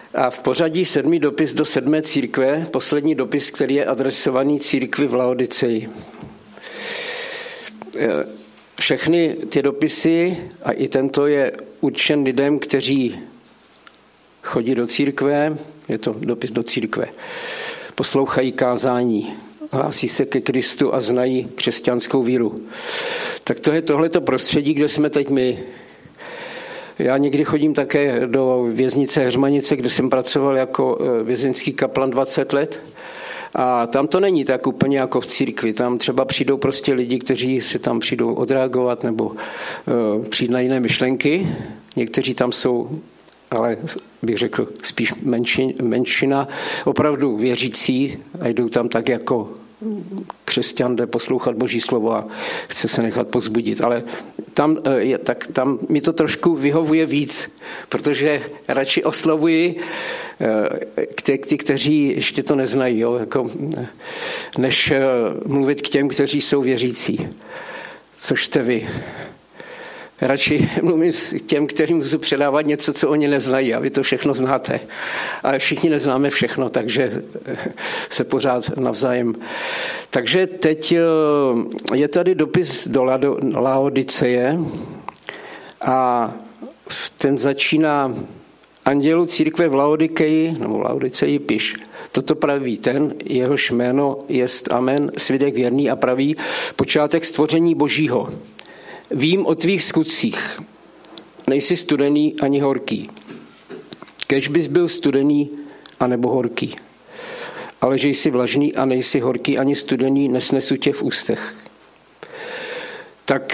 A v pořadí 7. dopis do 7. církve, poslední dopis, který je adresovaný církvi v Laodiceji. Všechny ty dopisy, a i tento je určen lidem, kteří chodí do církve, je to dopis do církve, poslouchají kázání, hlásí se ke Kristu a znají křesťanskou víru. Tak to je tohleto prostředí, kde jsme teď my. Já někdy chodím také do věznice Heřmanice, kde jsem pracoval jako vězeňský kaplan 20 let. A tam to není tak úplně jako v církvi. Tam třeba přijdou prostě lidi, kteří si tam přijdou odreagovat nebo přijít na jiné myšlenky. Někteří tam jsou, ale bych řekl, spíš menšina, opravdu věřící a jdou tam tak jako křesťan, jde poslouchat Boží slovo a chce se nechat povzbudit. Ale tam mi to trošku vyhovuje víc, protože radši oslovuji ty, kteří ještě to neznají, jo, jako, než mluvit k těm, kteří jsou věřící. Což jste vy. Radši mluvím s těm, kterým můžu předávat něco, co oni neznají, a vy to všechno znáte. Ale všichni neznáme všechno, takže se pořád navzájem. Takže teď je tady dopis do Laodiceje a ten začíná: Andělu církve v Laodiceji piš. Toto praví ten, jehož jméno jest Amen, svědek věrný a pravý, počátek stvoření Božího. Vím o tvých skutcích. Nejsi studený ani horký. Kéž bys byl studený anebo horký. Ale že jsi vlažný a nejsi horký ani studený, nesnesu tě v ústech. Tak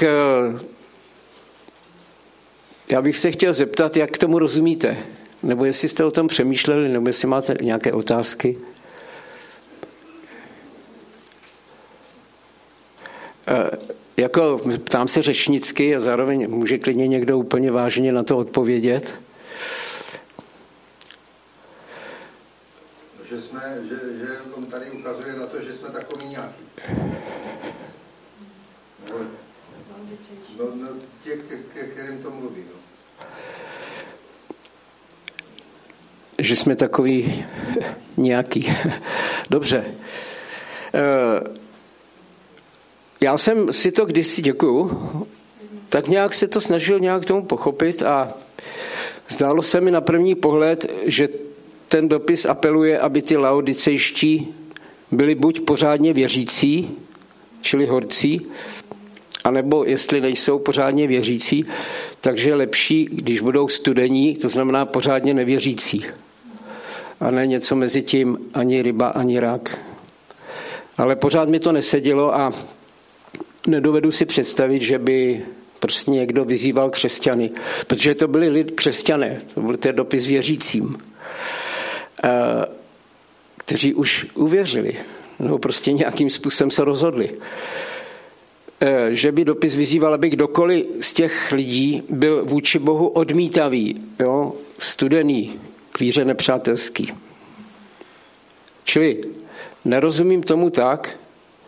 já bych se chtěl zeptat, jak k tomu rozumíte. Nebo jestli jste o tom přemýšleli, nebo jestli máte nějaké otázky. Jako ptám se řečnicky a zároveň může klidně někdo úplně vážně na to odpovědět. Že on tady ukazuje na to, že jsme takový nějaký. No těch, kterým to mluví. No. Že jsme takový nějaký. Dobře. Já jsem si to kdysi, děkuju, tak nějak se to snažil nějak tomu pochopit a zdálo se mi na první pohled, že ten dopis apeluje, aby ty laodicejští byli buď pořádně věřící, čili horcí, anebo jestli nejsou pořádně věřící, takže je lepší, když budou studení, to znamená pořádně nevěřící. A ne něco mezi tím, ani ryba, ani rák. Ale pořád mi to nesedělo a nedovedu si představit, že by prostě někdo vyzýval křesťany, protože to byli křesťané, to byl ten dopis věřícím, kteří už uvěřili, nebo prostě nějakým způsobem se rozhodli. Že by dopis vyzýval, aby kdokoliv z těch lidí byl vůči Bohu odmítavý, jo, studený, k víře nepřátelský. Čili nerozumím tomu tak,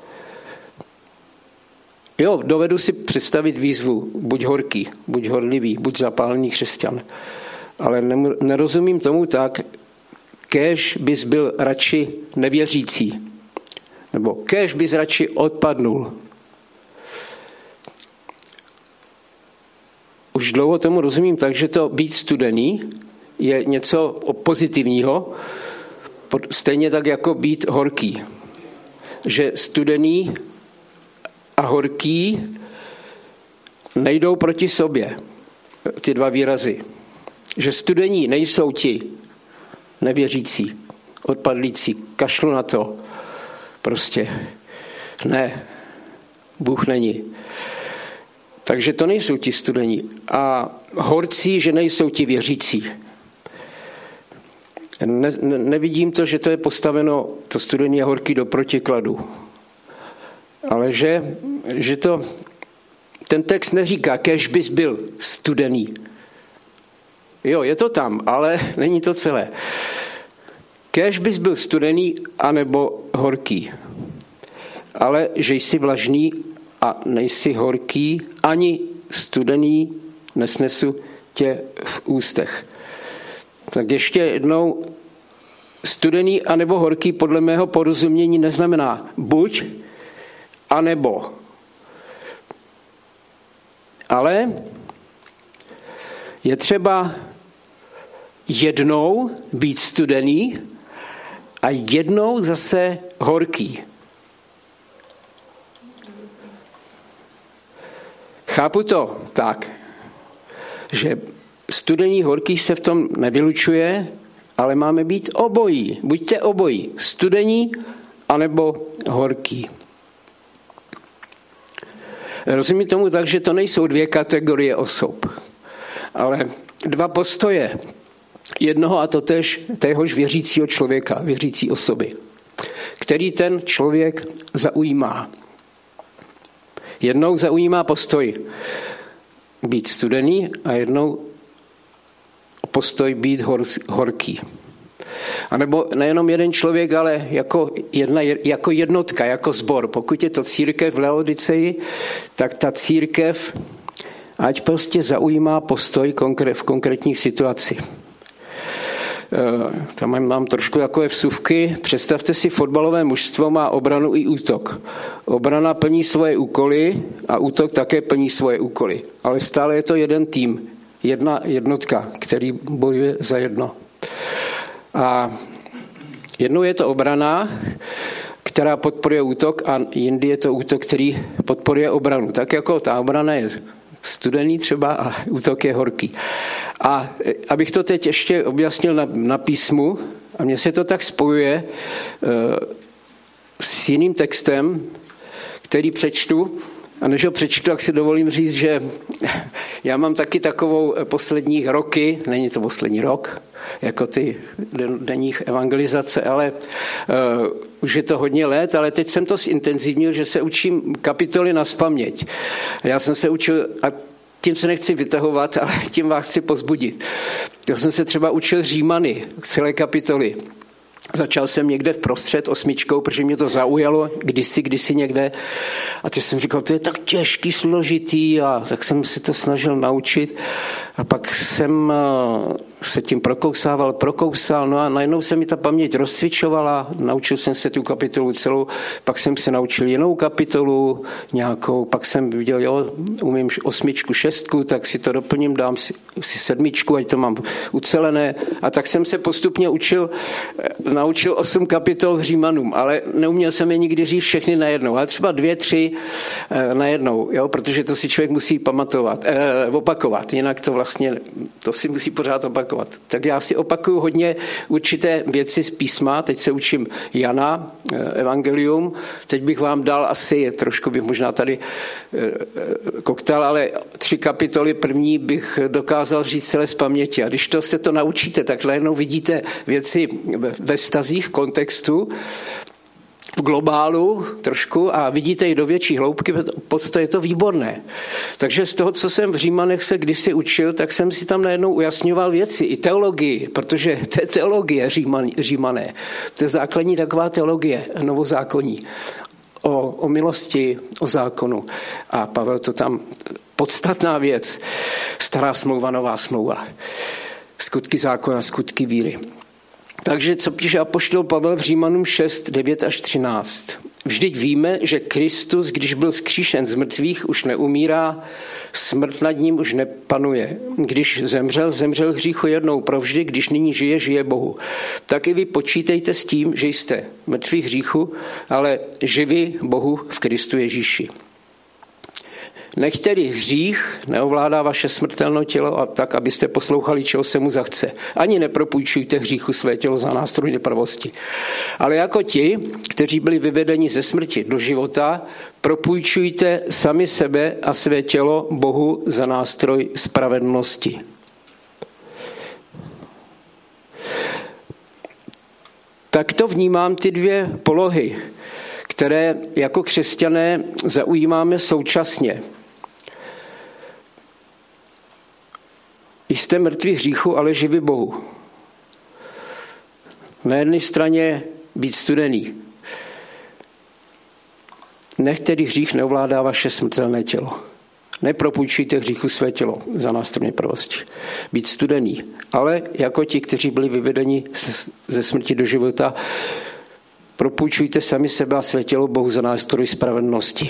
jo, dovedu si představit výzvu, buď horký, buď horlivý, buď zapálený křesťan, ale nerozumím tomu tak, kéž bys byl radši nevěřící, nebo kéž bys radši odpadnul. Už dlouho tomu rozumím tak, že to být studený je něco pozitivního, stejně tak jako být horký. Že studený a horký nejdou proti sobě, ty dva výrazy. Že studení nejsou ti nevěřící, odpadlící, kašlu na to. Prostě ne, Bůh není. Takže to nejsou ti studení. A horcí, že nejsou ti věřící. Nevidím to, že to je postaveno, to studení a horký do protikladu. Ale že to, ten text neříká, kéž bys byl studený. Jo, je to tam, ale není to celé. Kéž bys byl studený, anebo horký. Ale že jsi vlažný a nejsi horký, ani studený, nesnesu tě v ústech. Tak ještě jednou, studený anebo horký podle mého porozumění neznamená buď anebo. Ale je třeba jednou být studený a jednou zase horký. Chápu to tak, že studený horký se v tom nevylučuje, ale máme být obojí. Buďte obojí, studení anebo horký. Rozumím tomu tak, že to nejsou dvě kategorie osob, ale dva postoje jednoho a téhož věřícího člověka, věřící osoby, který ten člověk zaujímá. Jednou zaujímá postoj být studený a jednou postoj být horký. A nebo nejenom jeden člověk, ale jako jednotka, jako sbor. Pokud je to církev v Laodiceji, tak ta církev ať prostě zaujímá postoj v konkrétní situaci. Tam mám trošku takové vsuvky. Představte si, fotbalové mužstvo má obranu i útok. Obrana plní svoje úkoly a útok také plní svoje úkoly. Ale stále je to jeden tým, jedna jednotka, který bojuje za jedno. A jednou je to obrana, která podporuje útok, a jindy je to útok, který podporuje obranu. Tak jako ta obrana je studený třeba a útok je horký. A abych to teď ještě objasnil na písmu, a mně se to tak spojuje s jiným textem, který přečtu, a než ho přečtu, tak si dovolím říct, že já mám taky takovou poslední roky, není to poslední rok, jako ty denních evangelizace, ale už je to hodně let, ale teď jsem to zintenzivnil, že se učím kapitoly nazpaměť. Já jsem se učil, a tím se nechci vytahovat, ale tím vás chci pozbudit. Já jsem se třeba učil Římany, celé kapitoly. Začal jsem někde vprostřed 8, protože mě to zaujalo kdysi někde. A teď jsem říkal, to je tak těžký, složitý, a tak jsem si to snažil naučit. A pak jsem se tím prokousal, no a najednou se mi ta paměť rozcvičovala, naučil jsem se tu kapitolu celou, pak jsem se naučil jinou kapitolu nějakou, pak jsem viděl, jo, umím 8, 6, tak si to doplním, dám si 7, ať to mám ucelené. A tak jsem se postupně naučil 8 kapitol v Římanům, ale neuměl jsem je nikdy říct všechny najednou, ale třeba 2, 3 najednou, jo, protože to si člověk musí opakovat, jinak to si musí pořád opakovat. Tak já si opakuju hodně určité věci z písma, teď se učím Jana, evangelium, teď bych vám dal asi, trošku bych možná tady koktal, ale 3 kapitoly první bych dokázal říct celé z paměti. A když se to naučíte, tak najednou vidíte věci ve vztazích, v kontextu, v globálu trošku a vidíte i do větší hloubky, to je to výborné. Takže z toho, co jsem v Římanech se kdysi učil, tak jsem si tam najednou ujasňoval věci, i teologii, protože to je teologie Římané. To je základní taková teologie novozákonní o milosti, o zákonu. A Pavel to tam, podstatná věc, stará smlouva, nová smlouva. Skutky zákona, skutky víry. Takže co píše apoštol Pavel v Římanům 6, 9 až 13. Vždyť víme, že Kristus, když byl vzkříšen z mrtvých, už neumírá, smrt nad ním už nepanuje. Když zemřel hříchu jednou provždy, když nyní žije Bohu. Tak i vy počítejte s tím, že jste mrtví hříchu, ale živí Bohu v Kristu Ježíši. Nech tedy hřích neovládá vaše smrtelné tělo a tak, abyste poslouchali, čeho se mu zachce. Ani nepropůjčujte hříchu své tělo za nástroj nepravosti. Ale jako ti, kteří byli vyvedeni ze smrti do života, propůjčujte sami sebe a své tělo Bohu za nástroj spravedlnosti. Tak to vnímám ty dvě polohy, které jako křesťané zaujímáme současně. Jste mrtví hříchu, ale živí Bohu. Na jedné straně být studený. Nech tedy hřích neovládá vaše smrtelné tělo. Nepropůjčujte hříchu své tělo za nástroj nepravosti. Být studený. Ale jako ti, kteří byli vyvedeni ze smrti do života, propůjčujte sami sebe a své tělo Bohu za nástroj spravedlnosti.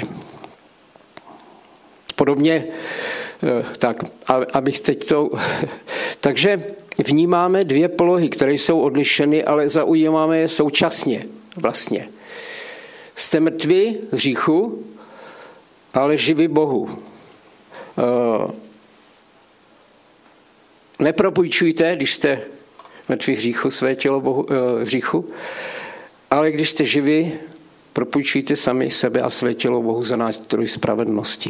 Podobně, tak, abych teď to... Takže vnímáme dvě polohy, které jsou odlišeny, ale zaujímáme je současně vlastně. Jste mrtví v hříchu, ale živí Bohu. Nepropůjčujte, když jste mrtví v hříchu, své tělo Bohu, v hříchu, ale když jste živí, propůjčujte sami sebe a své tělo Bohu za nástroj spravedlnosti.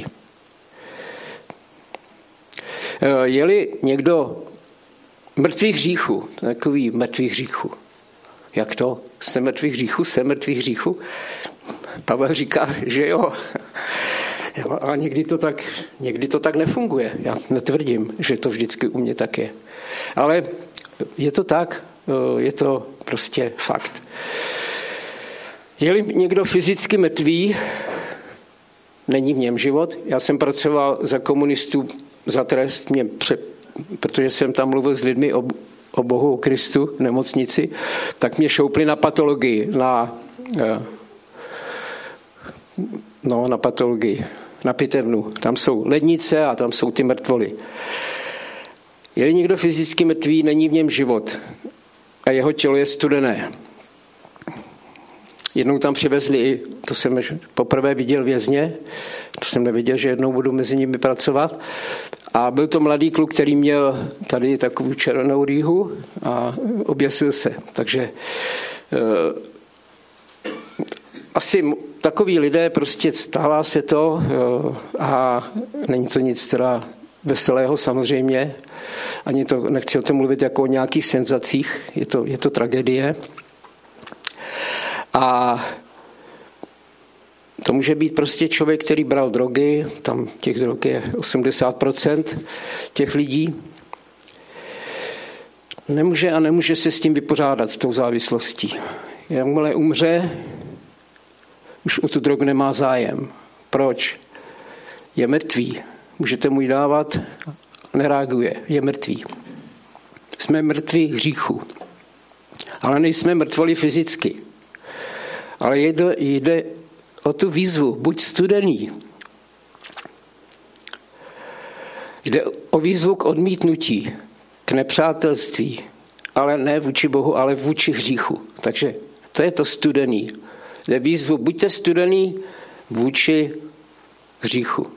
Je-li někdo mrtvý hříchu, takový mrtvý hříchu, jak to? Jste mrtvý hříchu? Jsem mrtvý hříchu? Pavel říká, že jo. A někdy to tak nefunguje. Já netvrdím, že to vždycky u mě tak je. Ale je to tak, je to prostě fakt. Je-li někdo fyzicky mrtvý, není v něm život. Já jsem pracoval za komunistů za trest, protože jsem tam mluvil s lidmi o Bohu, o Kristu v nemocnici, tak mě šoupli na patologii, na patologii, na pitevnu. Tam jsou lednice a tam jsou ty mrtvoly. Je-li někdo fyzicky mrtvý, není v něm život a jeho tělo je studené. Jednou tam přivezli, to jsem poprvé viděl vězně, to jsem nevěděl, že jednou budu mezi nimi pracovat. A byl to mladý kluk, který měl tady takovou červenou rýhu a oběsil se. Takže asi takový lidé, prostě stává se to a není to nic teda veselého samozřejmě. Ani to nechci o tom mluvit jako o nějakých senzacích, je to tragédie. A to může být prostě člověk, který bral drogy, tam těch drog je 80% těch lidí. Nemůže se s tím vypořádat, s tou závislostí. Jakmile umře, už o tu drogu nemá zájem. Proč? Je mrtvý. Můžete mu ji dávat, nereaguje, je mrtvý. Jsme mrtví hříchu. Ale nejsme mrtvoli fyzicky. Ale jde o tu výzvu, buď studený. Jde o výzvu k odmítnutí, k nepřátelství, ale ne vůči Bohu, ale vůči hříchu. Takže to je to studený. Jde výzvu, buďte studený vůči hříchu.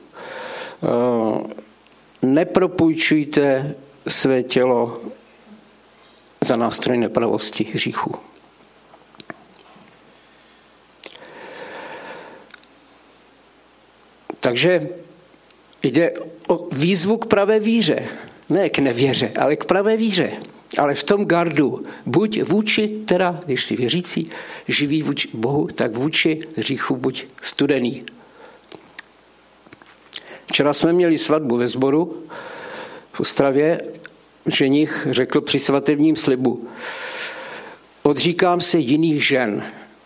Nepropůjčujte své tělo za nástroj nepravosti hříchu. Takže jde o výzvu k pravé víře. Ne k nevěře, ale k pravé víře. Ale v tom gardu, buď vůči, teda, když jsi věřící, živý vůči Bohu, tak vůči hříchu buď studený. Včera jsme měli svatbu ve sboru v Ostravě. Ženich řekl při svatebním slibu: odříkám se jiných žen.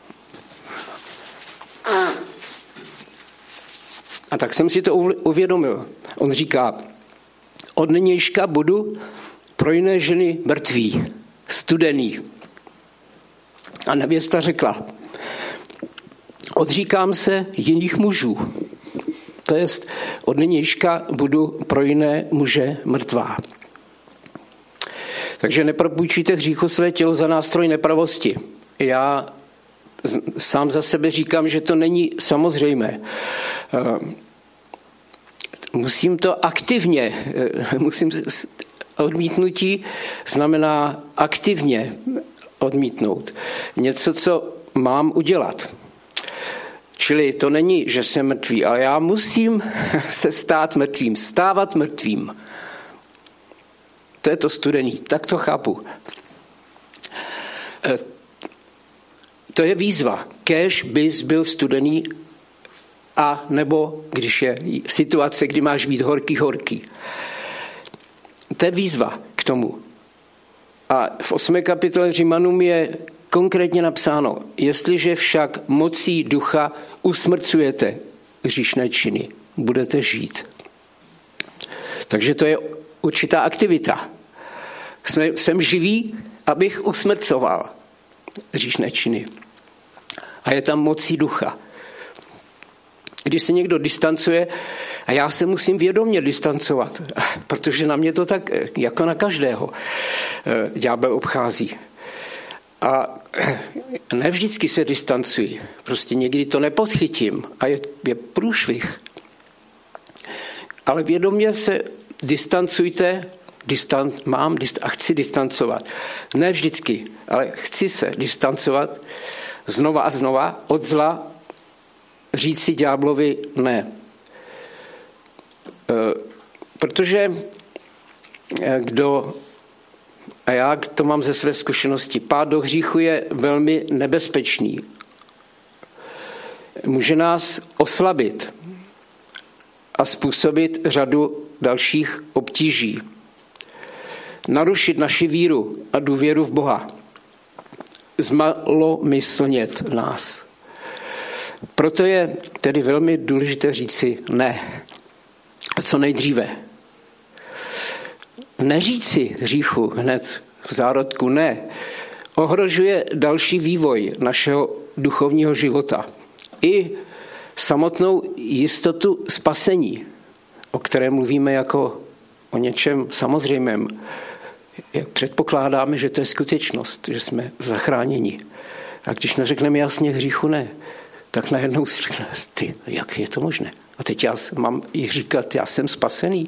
A tak jsem si to uvědomil. On říká: od nynějška budu pro jiné ženy mrtvý, studený. A nevěsta řekla: odříkám se jiných mužů. To jest, od nynějška budu pro jiné muže mrtvá. Takže nepropůjčujte hříchu své tělo za nástroj nepravosti. Já sám za sebe říkám, že to není samozřejmé. Musím to aktivně, odmítnutí znamená aktivně odmítnout. Něco, co mám udělat. Čili to není, že jsem mrtvý, ale já musím se stát mrtvým, stávat mrtvým. To je to studený, tak to chápu. To je výzva. Kéž bys byl studený, a nebo když je situace, kdy máš být horký. To je výzva k tomu. A v 8. kapitole Římanům je konkrétně napsáno: jestliže však mocí ducha usmrcujete hříšné činy, budete žít. Takže to je určitá aktivita. Jsem živý, abych usmrcoval hříšné činy. A je tam mocí ducha. Když se někdo distancuje, a já se musím vědomě distancovat, protože na mě to tak, jako na každého, ďábel obchází. A ne vždycky se distancuji, prostě někdy to nepodchytím a je průšvih. Ale vědomě se distancujte, a chci distancovat. Ne vždycky, ale chci se distancovat znova a znova od zla, říci ďáblovi ne. Protože a já to mám ze své zkušenosti, pád do hříchu je velmi nebezpečný. Může nás oslabit a způsobit řadu dalších obtíží. Narušit naši víru a důvěru v Boha. Zmalomyslnět nás. Proto je tedy velmi důležité říci ne. A co nejdříve. Neříci hříchu hned v zárodku ne. Ohrožuje další vývoj našeho duchovního života. I samotnou jistotu spasení, o které mluvíme jako o něčem samozřejmém. Jak předpokládáme, že to je skutečnost, že jsme zachráněni. A když neřekneme jasně hříchu ne, tak najednou si řekne, jak je to možné? A teď já mám i říkat, já jsem spasený.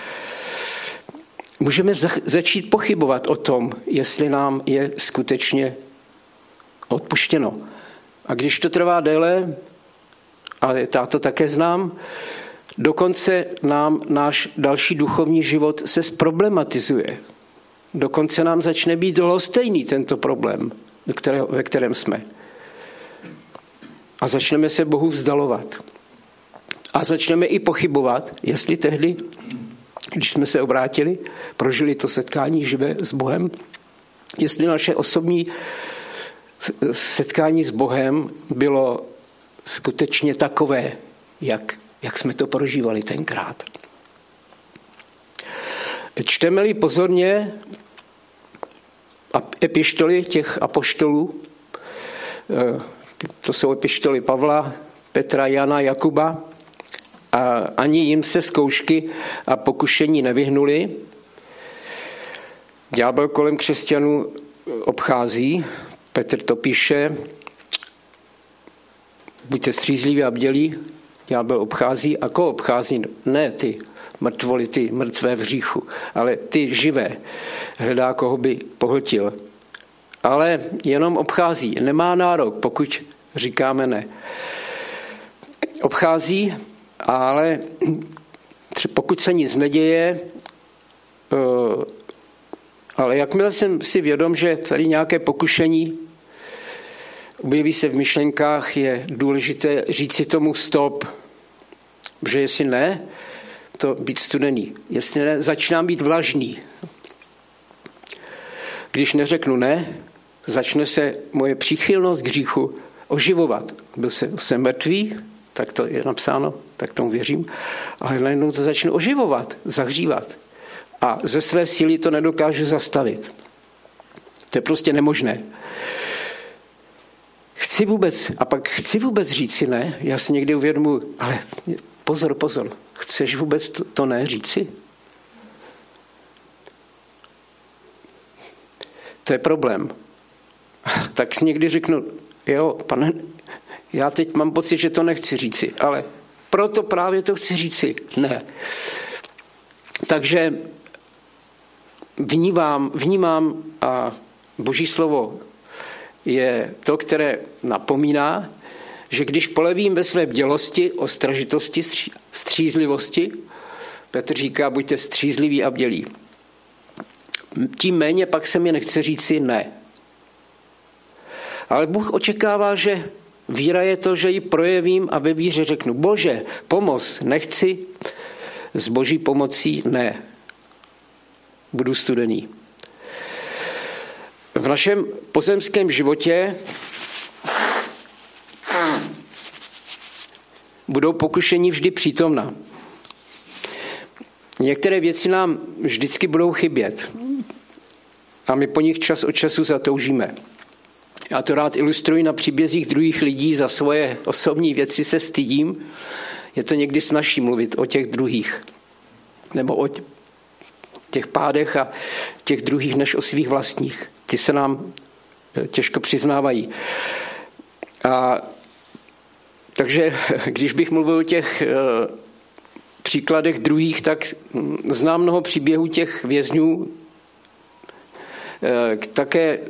Můžeme začít pochybovat o tom, jestli nám je skutečně odpuštěno. A když to trvá déle, ale já to také znám, dokonce nám náš další duchovní život se zproblematizuje. Dokonce nám začne být lhostejný tento problém, ve kterém jsme. A začneme se Bohu vzdalovat. A začneme i pochybovat, jestli tehdy, když jsme se obrátili, prožili to setkání živé s Bohem, jestli naše osobní setkání s Bohem bylo skutečně takové, jak jsme to prožívali tenkrát. Čteme-li pozorně epištoly těch apoštolů, to jsou epištoly Pavla, Petra, Jana, Jakuba, a ani jim se zkoušky a pokušení nevyhnuly. Ďábel kolem křesťanů obchází, Petr to píše, buďte střízliví a bdělí, ďábel obchází. A koho obchází? Ne ty mrtvoly, ty mrtvé v hříchu, ale ty živé. Hledá, koho by pohltil. Ale jenom obchází. Nemá nárok, pokud říkáme ne. Obchází, ale pokud se nic neděje, ale jakmile jsem si vědom, že tady nějaké pokušení objeví se v myšlenkách, je důležité říct si tomu stop, že jestli ne, to být studený. Jestli ne, začínám být vlažný. Když neřeknu ne, začne se moje příchylnost k hříchu oživovat. Byl jsem mrtvý, tak to je napsáno, tak tomu věřím, ale najednou to začne oživovat, zahřívat. A ze své síly to nedokážu zastavit. To je prostě nemožné. Chci vůbec říct si ne, já si někdy uvědomuji, ale pozor, chceš vůbec to ne říci? To je problém. Tak někdy řeknu, jo, pane, já teď mám pocit, že to nechci říci, ale proto právě to chci říci. Ne. Takže vnímám a Boží slovo je to, které napomíná, že když polevím ve své bdělosti, ostražitosti, střízlivosti, Petr říká, buďte střízliví a bdělí. Tím méně pak se mi nechce říci ne. Ale Bůh očekává, že víra je to, že ji projevím a ve víře řeknu, Bože, pomoz, nechci, s Boží pomocí ne. Budu studený. V našem pozemském životě budou pokušení vždy přítomna. Některé věci nám vždycky budou chybět a my po nich čas od času zatoužíme. Já to rád ilustruji na příbězích druhých lidí, za svoje osobní věci se stydím. Je to někdy snazší mluvit o těch druhých, nebo o těch pádech a těch druhých než o svých vlastních. Ty se nám těžko přiznávají. Takže když bych mluvil o těch příkladech druhých, tak znám mnoho příběhů těch vězňů, také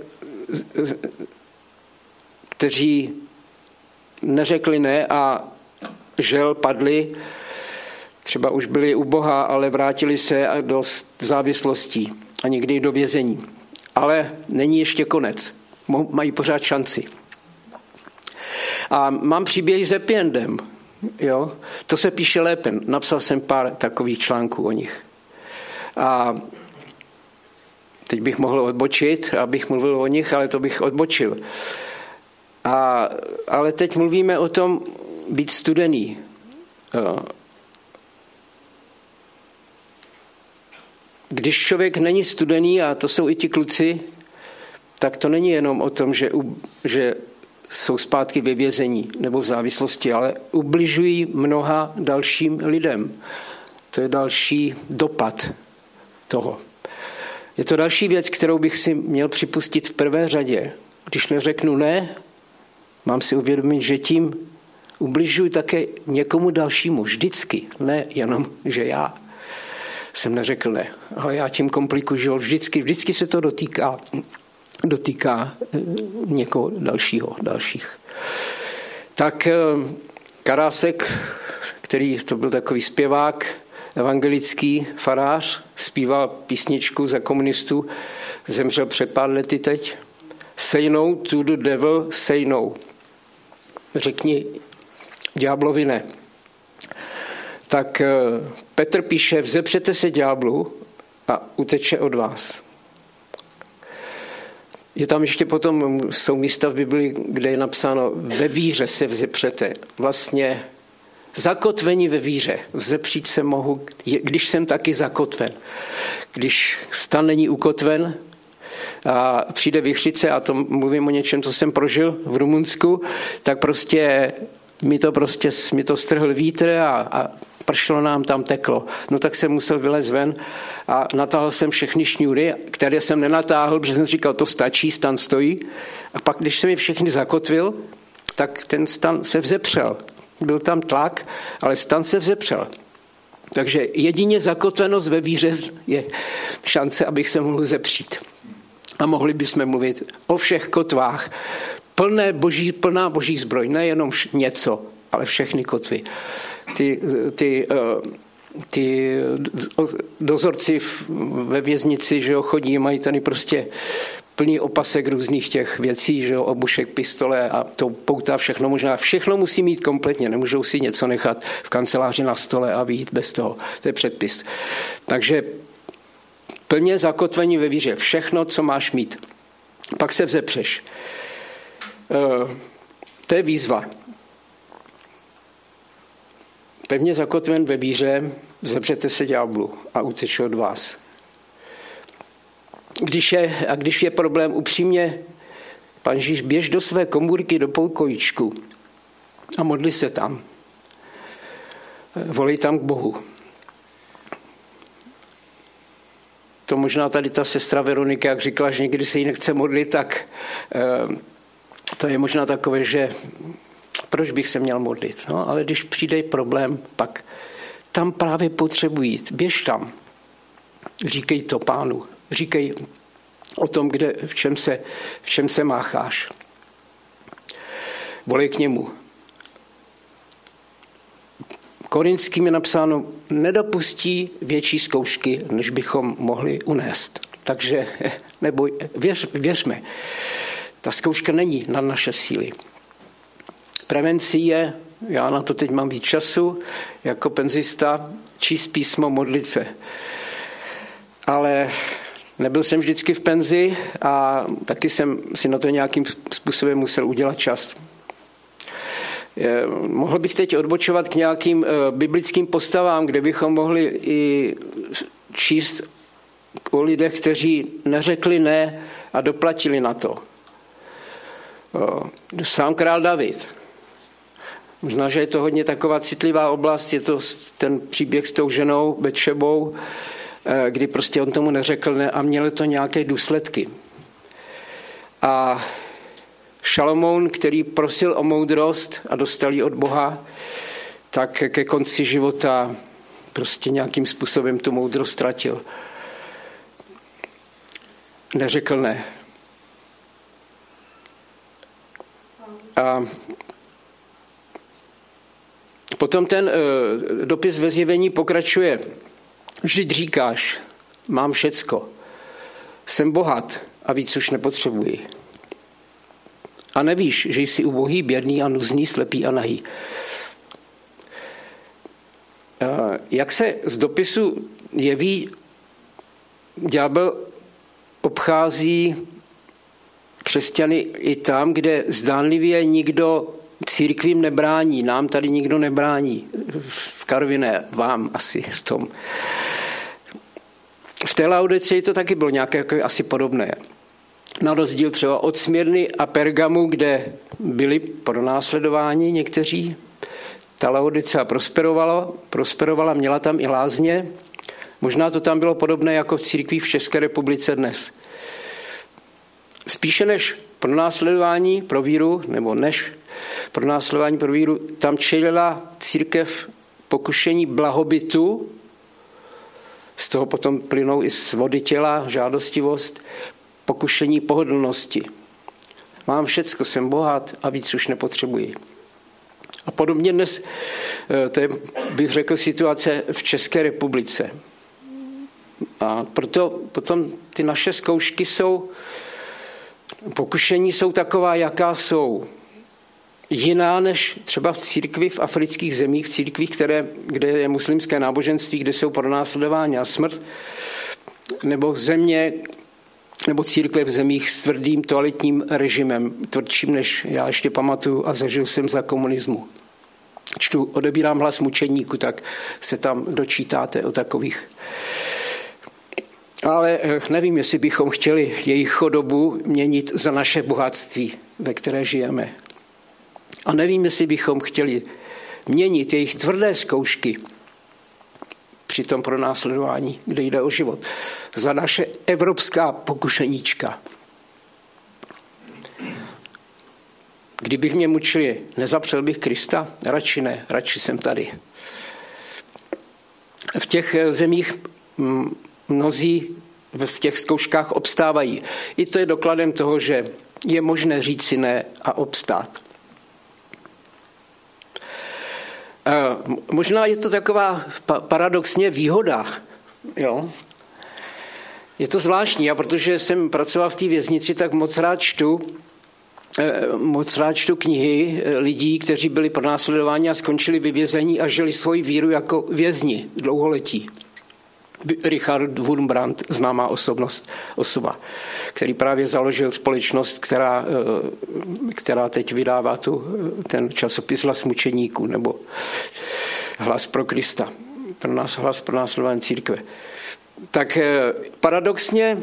kteří neřekli ne a žel padli, třeba už byli u Boha, ale vrátili se do závislostí a někdy do vězení. Ale není ještě konec. Mají pořád šanci. A mám příběh s happy endem. Jo? To se píše lépe. Napsal jsem pár takových článků o nich. A teď bych mohl odbočit, abych mluvil o nich, ale to bych odbočil. Ale teď mluvíme o tom být studený. Když člověk není studený, a to jsou i ti kluci, tak to není jenom o tom, že jsou zpátky ve vězení nebo v závislosti, ale ubližují mnoha dalším lidem. To je další dopad toho. Je to další věc, kterou bych si měl připustit v prvé řadě. Když neřeknu ne, mám si uvědomit, že tím ubližuji také někomu dalšímu. Vždycky. Ne jenom, že já jsem neřekl ne, ale já tím komplikuji život. Vždycky se to dotýká někoho dalších. Tak Karásek, který to byl takový zpěvák, evangelický farář, zpíval písničku za komunistů, zemřel před pár lety teď. Say no to the devil, say no. Řekni ďáblovi ne. Tak Petr píše, vzepřete se ďáblu a uteče od vás. Je tam ještě potom, jsou místa v Bibli, kde je napsáno, ve víře se vzepřete. Vlastně zakotvení ve víře. Vzepřít se mohu, když jsem taky zakotven. Když stan není ukotven a přijde vichřice, a to mluvím o něčem, co jsem prožil v Rumunsku, tak prostě mi to strhl vítr a pršelo nám tam teklo. No tak jsem musel vylézt ven a natáhl jsem všechny šňůry, které jsem nenatáhl, protože jsem říkal, to stačí, stan stojí. A pak, když jsem je všechny zakotvil, tak ten stan se vzepřel. Byl tam tlak, ale stan se vzepřel. Takže jedině zakotvenost ve víře je šance, abych se mohl zepřít. A mohli bychom mluvit o všech kotvách. Plná boží zbroj, nejenom něco, ale všechny kotvy. Ty dozorci ve věznici, že jo, chodí, mají tady prostě plný opasek různých těch věcí, že jo, obušek, pistole a to poutá všechno možná. Všechno musí mít kompletně, nemůžou si něco nechat v kanceláři na stole a vyjít bez toho. To je předpis. Takže plně zakotvení ve víře. Všechno, co máš mít. Pak se vzepřeš. To je výzva. Pevně zakotven ve víře, vzepřete se ďáblu a uteče od vás. Když je problém, upřímně, Pan Ježíš, běž do své komůrky, do pokojíčku a modli se tam. Volej tam k Bohu. To možná tady ta sestra Veronika, jak říkala, že někdy se jí nechce modlit, tak to je možná takové, že proč bych se měl modlit? No, ale když přijde problém, pak tam právě potřebuji jít. Běž tam. Říkej to Pánu. Říkej o tom, v čem se mácháš. Volej k němu. Korinským je napsáno, nedopustí větší zkoušky, než bychom mohli unést. Takže věřme. Ta zkouška není na naše síly. Prevencí je, já na to teď mám víc času, jako penzista, číst písmo, modlit se. Ale nebyl jsem vždycky v penzi a taky jsem si na to nějakým způsobem musel udělat čas. Mohl bych teď odbočovat k nějakým biblickým postavám, kde bychom mohli i číst o lidech, kteří neřekli ne a doplatili na to. Sám král David. Možná, že je to hodně taková citlivá oblast, je to ten příběh s tou ženou Betšebou, kdy prostě on tomu neřekl ne a mělo to nějaké důsledky. A Šalomoun, který prosil o moudrost a dostal ji od Boha, tak ke konci života prostě nějakým způsobem tu moudrost ztratil. Neřekl ne. A potom ten dopis ve Zjevení pokračuje. Vždyť říkáš, mám všecko, jsem bohat a víc už nepotřebuji. A nevíš, že jsi ubohý, bědný a nuzný, slepý a nahý. Jak se z dopisu jeví, ďábel obchází křesťany i tam, kde zdánlivě nikdo církvím nebrání. Nám tady nikdo nebrání. V Karviné, vám asi v tom. V té Laodicei to taky bylo nějaké asi podobné. Na rozdíl třeba od Smyrny a Pergamu, kde byli pronásledováni někteří, ta Laodicea prosperovala, měla tam i lázně. Možná to tam bylo podobné jako v církvi v České republice dnes. Spíše než pronásledování pro víru, nebo než pronásledování pro víru, tam čelila církev pokušení blahobytu, z toho potom plynou i svody těla, žádostivost, pokušení pohodlnosti. Mám všecko, jsem bohat a víc už nepotřebuji. A podobně dnes, to je, bych řekl, situace v České republice. A proto potom ty naše zkoušky jsou, pokušení jsou taková, jaká jsou. Jiná než třeba v církvi v afrických zemích, v církvích, kde je muslimské náboženství, kde jsou pronásledování a smrt, nebo země, nebo církve v zemích s tvrdým totalitním režimem, tvrdším, než já ještě pamatuju a zažil jsem za komunismu. Odebírám hlas mučeníku, tak se tam dočítáte o takových. Ale nevím, jestli bychom chtěli jejich chodobu měnit za naše bohatství, ve které žijeme. A nevím, jestli bychom chtěli měnit jejich tvrdé zkoušky při tom pronásledování, kde jde o život, za naše evropská pokušeníčka. Kdybych mě mučili, nezapřel bych Krista? Radši ne, radši jsem tady. V těch zemích mnozí v těch zkouškách obstávají. I to je dokladem toho, že je možné říci ne a obstát. Možná je to taková paradoxně výhoda. Jo? Je to zvláštní, a protože jsem pracoval v té věznici, tak moc rád čtu knihy lidí, kteří byli pronásledováni a skončili vyvězení a žili svoji víru jako vězni dlouholetí. Richard Wurmbrand, známá osoba, který právě založil společnost, která teď vydává ten časopis Hlas mučeníků, nebo Hlas pro Krista, pro nás hlas pro následování církve. Tak paradoxně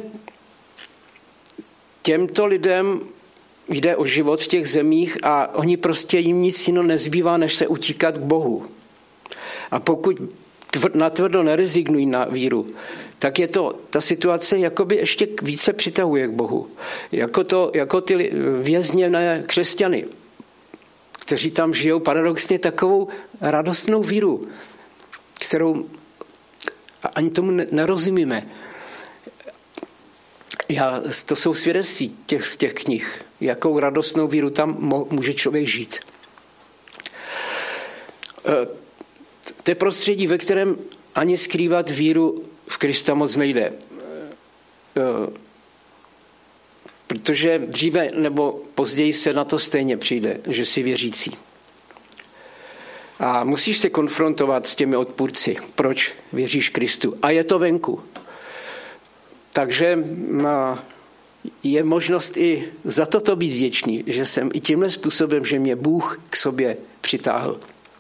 těmto lidem jde o život v těch zemích a oni prostě jim nic jiného nezbývá, než se utíkat k Bohu. A pokud natvrdo nerezignují na víru, tak je to, ta situace jakoby ještě více přitahuje k Bohu. Jako ty vězněné křesťany, kteří tam žijou paradoxně takovou radostnou víru, kterou ani tomu nerozumíme. To jsou svědectví z těch knih. Jakou radostnou víru tam může člověk žít. To je prostředí, ve kterém ani skrývat víru v Krista moc nejde. Protože dříve nebo později se na to stejně přijde, že jsi věřící. A musíš se konfrontovat s těmi odpůrci. Proč věříš Kristu? A je to venku. Takže je možnost i za toto být vděčný, že jsem i tímhle způsobem, že mě Bůh k sobě přitáhl.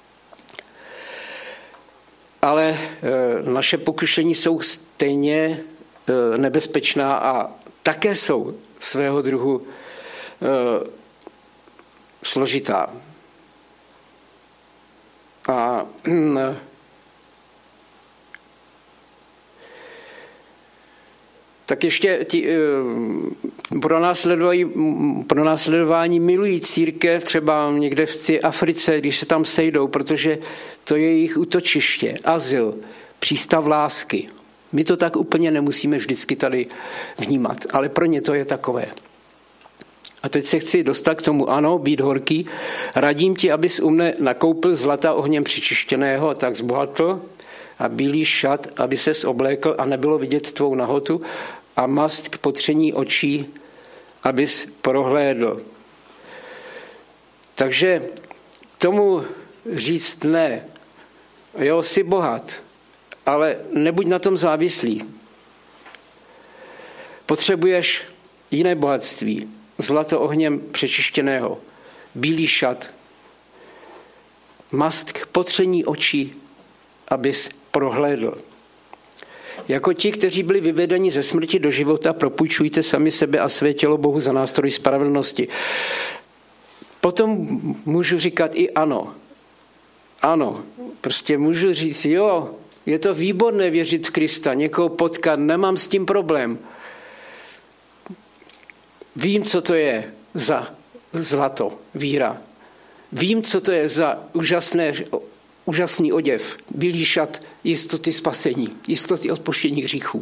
Ale naše pokušení jsou stejně nebezpečná a také jsou svého druhu složitá. A tak ještě pro následování milují církev třeba někde v té Africe, když se tam sejdou, protože to je jejich útočiště, azyl, přístav lásky. My to tak úplně nemusíme vždycky tady vnímat, ale pro ně to je takové. A teď se chci dostat k tomu, ano, být horký. Radím ti, abys u mne nakoupil zlata ohněm přičištěného a tak zbohatl a bílý šat, aby ses oblékl a nebylo vidět tvou nahotu a mast k potření očí, abys prohlédl. Takže tomu říct ne. Jo, jsi bohat, ale nebuď na tom závislý. Potřebuješ jiné bohatství. Zlato ohněm přečištěného, bílý šat, mast k potření očí, abys prohlédl. Jako ti, kteří byli vyvedeni ze smrti do života, propůjčujte sami sebe a své tělo Bohu za nástroj spravedlnosti. Potom můžu říkat i ano. Ano, prostě můžu říct, jo, je to výborné věřit v Krista, někoho potkat, nemám s tím problém. Vím, co to je za zlato, víra. Vím, co to je za úžasný oděv, bílý šat, jistoty spasení, jistoty odpuštění hříchů.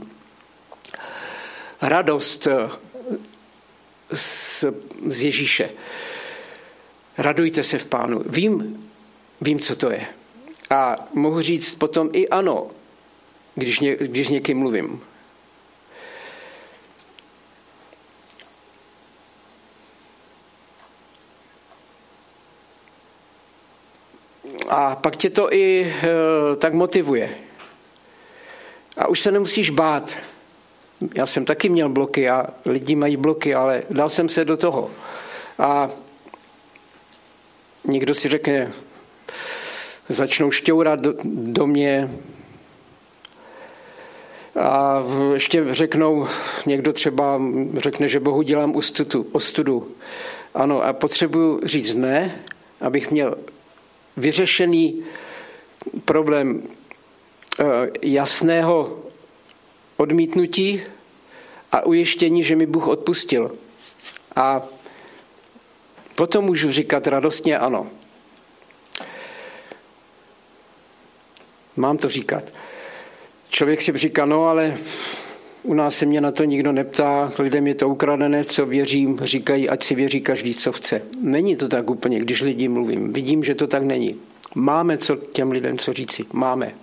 Radost z Ježíše. Radujte se v Pánu. Vím, co to je. A mohu říct potom i ano, když někým mluvím. A pak tě to i tak motivuje. A už se nemusíš bát. Já jsem taky měl bloky a lidi mají bloky, ale dal jsem se do toho. A někdo si řekne, začnou šťourat do mě a ještě řeknou, někdo třeba řekne, že Bohu dělám ostudu. Ano, a potřebuji říct ne, abych měl vyřešený problém jasného odmítnutí a ujištění, že mi Bůh odpustil. A potom můžu říkat radostně ano. Mám to říkat. Člověk si říká, no ale u nás se mě na to nikdo neptá, lidem je to ukradené, co věřím, říkají, ať si věří každý, co chce. Není to tak úplně, když lidi mluvím. Vidím, že to tak není. Máme co těm lidem co říci. Máme.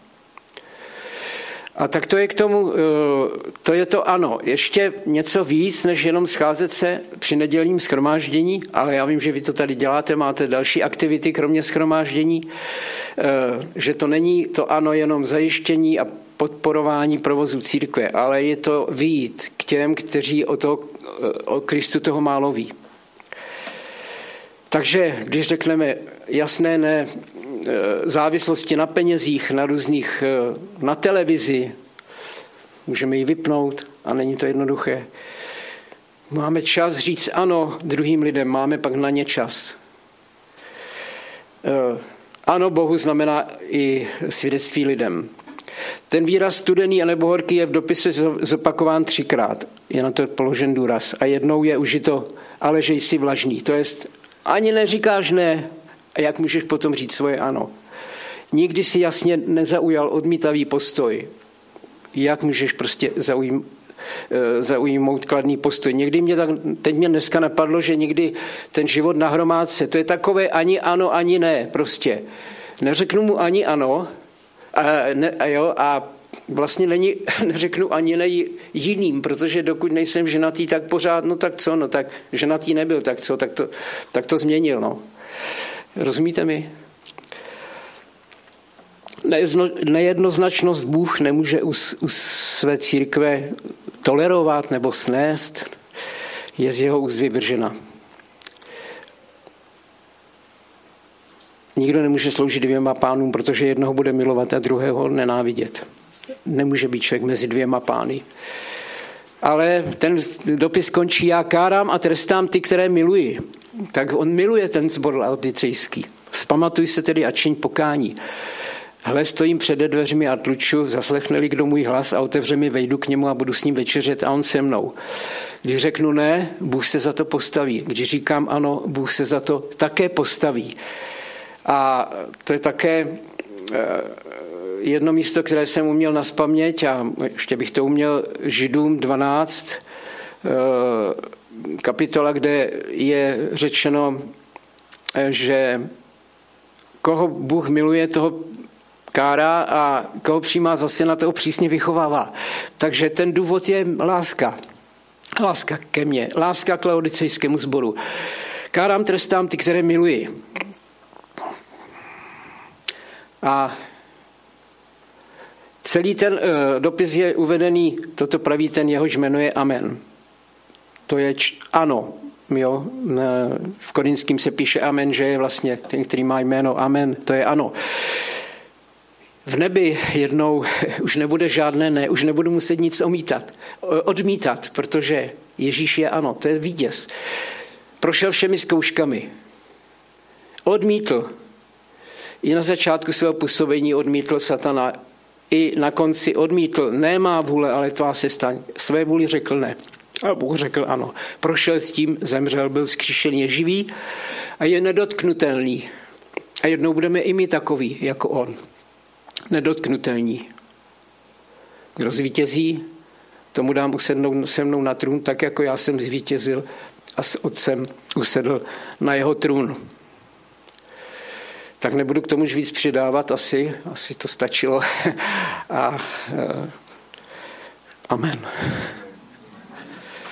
A tak to je k tomu, to je to ano. Ještě něco víc, než jenom scházet se při nedělním shromáždění, ale já vím, že vy to tady děláte, máte další aktivity, kromě shromáždění, že to není to ano jenom zajištění a podporování provozu církve, ale je to vyjít k těm, kteří o Kristu toho málo ví. Takže když řekneme jasné ne závislosti na penězích, na různých, na televizi, můžeme ji vypnout a není to jednoduché. Máme čas říct ano druhým lidem, máme pak na ně čas. Ano Bohu znamená i svědectví lidem. Ten výraz studený anebo horký je v dopise zopakován 3krát. Je na to položen důraz. A jednou je užito, ale že jsi vlažný. To jest, ani neříkáš ne, a jak můžeš potom říct svoje ano. Nikdy si jasně nezaujal odmítavý postoj. Jak můžeš prostě zaujmout kladný postoj. Teď mě dneska napadlo, že někdy ten život na hromádce, to je takové ani ano, ani ne prostě. Neřeknu mu ani ano, a vlastně neřeknu ani ne jiným, protože dokud nejsem ženatý, tak pořád, no tak co, no tak ženatý nebyl, tak co, tak to změnil, no. Rozumíte mi? Nejednoznačnost Bůh nemůže u své církve tolerovat nebo snést, je z jeho úst vyvržena. nikdo nemůže sloužit dvěma pánům, protože jednoho bude milovat a druhého nenávidět. Nemůže být člověk mezi dvěma pány. Ale ten dopis končí: já kárám a trestám ty, které miluji. Tak on miluje ten sbor laodicejský. Vzpamatuj se tedy a čiň pokání. Hle, stojím před dveřmi a tluču, zaslechne-li kdo můj hlas a otevře mi, vejdu k němu a budu s ním večeřet a on se mnou. Když řeknu ne, Bůh se za to postaví. Když říkám ano, Bůh se za to také postaví. A to je také jedno místo, které jsem uměl nazpaměť, a ještě bych to uměl, Židům 12, kapitola, kde je řečeno, že koho Bůh miluje, toho kárá a koho přijímá zase na toho přísně vychovává. Takže ten důvod je láska. Láska ke mně, láska k laodicejskému sboru. Kárám, trestám ty, které miluji. A celý ten dopis je uvedený, toto praví ten, jehož jméno je Amen. To je ano. Jo? V Korinským se píše Amen, že je vlastně ten, který má jméno Amen, to je ano. V nebi jednou už nebude žádné ne, už nebudu muset nic odmítat, protože Ježíš je ano, to je vítěz. Prošel všemi zkouškami. Odmítl. I na začátku svého působení odmítl satana. I na konci odmítl. Ne má vůle, ale tvá se staň. Své vůli řekl ne. A Bůh řekl ano. Prošel s tím, zemřel, byl vzkříšený, je živý a je nedotknutelný. A jednou budeme i my takový, jako on. Nedotknutelní. Kdo zvítězí, tomu dám usednout se mnou na trůn, tak jako já jsem zvítězil a s otcem usedl na jeho trůn. Tak nebudu k tomu už víc přidávat, asi to stačilo. Amen.